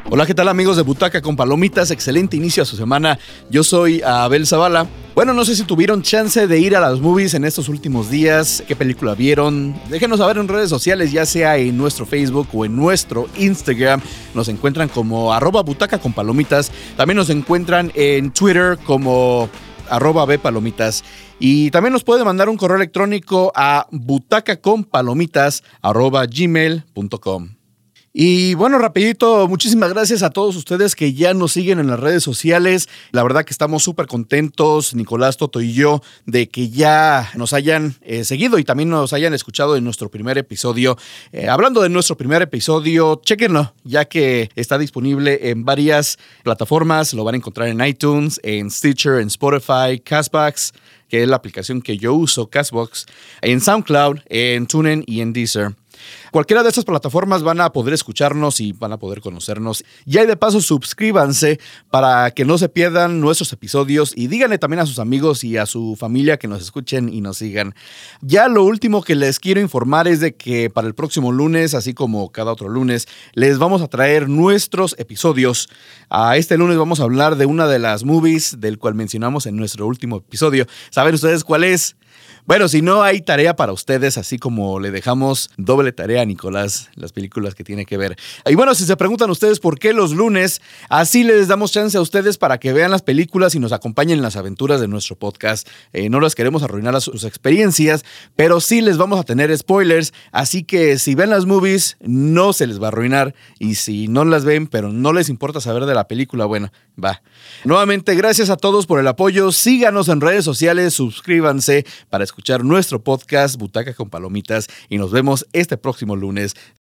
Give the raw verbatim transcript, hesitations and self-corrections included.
Hola, ¿qué tal amigos de Butaca con Palomitas? Excelente inicio a su semana. Yo soy Abel Zavala. Bueno, no sé si tuvieron chance de ir a las movies en estos últimos días. ¿Qué película vieron? Déjenos saber en redes sociales, ya sea en nuestro Facebook o en nuestro Instagram. Nos encuentran como arroba Butaca con Palomitas. También nos encuentran en Twitter como arroba Bpalomitas. Y también nos puede mandar un correo electrónico a butacaconpalomitas arroba gmail punto com. Y bueno, rapidito, muchísimas gracias a todos ustedes que ya nos siguen en las redes sociales. La verdad que estamos súper contentos, Nicolás, Toto y yo, de que ya nos hayan eh, seguido y también nos hayan escuchado en nuestro primer episodio. Eh, hablando de nuestro primer episodio, chéquenlo, ya que está disponible en varias plataformas. Lo van a encontrar en iTunes, en Stitcher, en Spotify, Castbox, que es la aplicación que yo uso, Castbox, en SoundCloud, en TuneIn y en Deezer. Cualquiera de estas plataformas van a poder escucharnos y van a poder conocernos. Ya y de paso, suscríbanse para que no se pierdan nuestros episodios y díganle también a sus amigos y a su familia que nos escuchen y nos sigan. Ya lo último que les quiero informar es de que para el próximo lunes, así como cada otro lunes, les vamos a traer nuestros episodios. A este lunes vamos a hablar de una de las movies del cual mencionamos en nuestro último episodio. ¿Saben ustedes cuál es? Bueno, si no, hay tarea para ustedes, así como le dejamos doble tarea a Nicolás, las películas que tiene que ver. Y bueno, si se preguntan ustedes por qué los lunes, así les damos chance a ustedes para que vean las películas y nos acompañen en las aventuras de nuestro podcast. Eh, no las queremos arruinar a sus experiencias, pero sí les vamos a tener spoilers, así que si ven las movies, no se les va a arruinar. Y si no las ven, pero no les importa saber de la película, bueno, va. Nuevamente, gracias a todos por el apoyo. Síganos en redes sociales, suscríbanse para escuchar nuestro podcast Butaca con Palomitas y nos vemos este próximo lunes.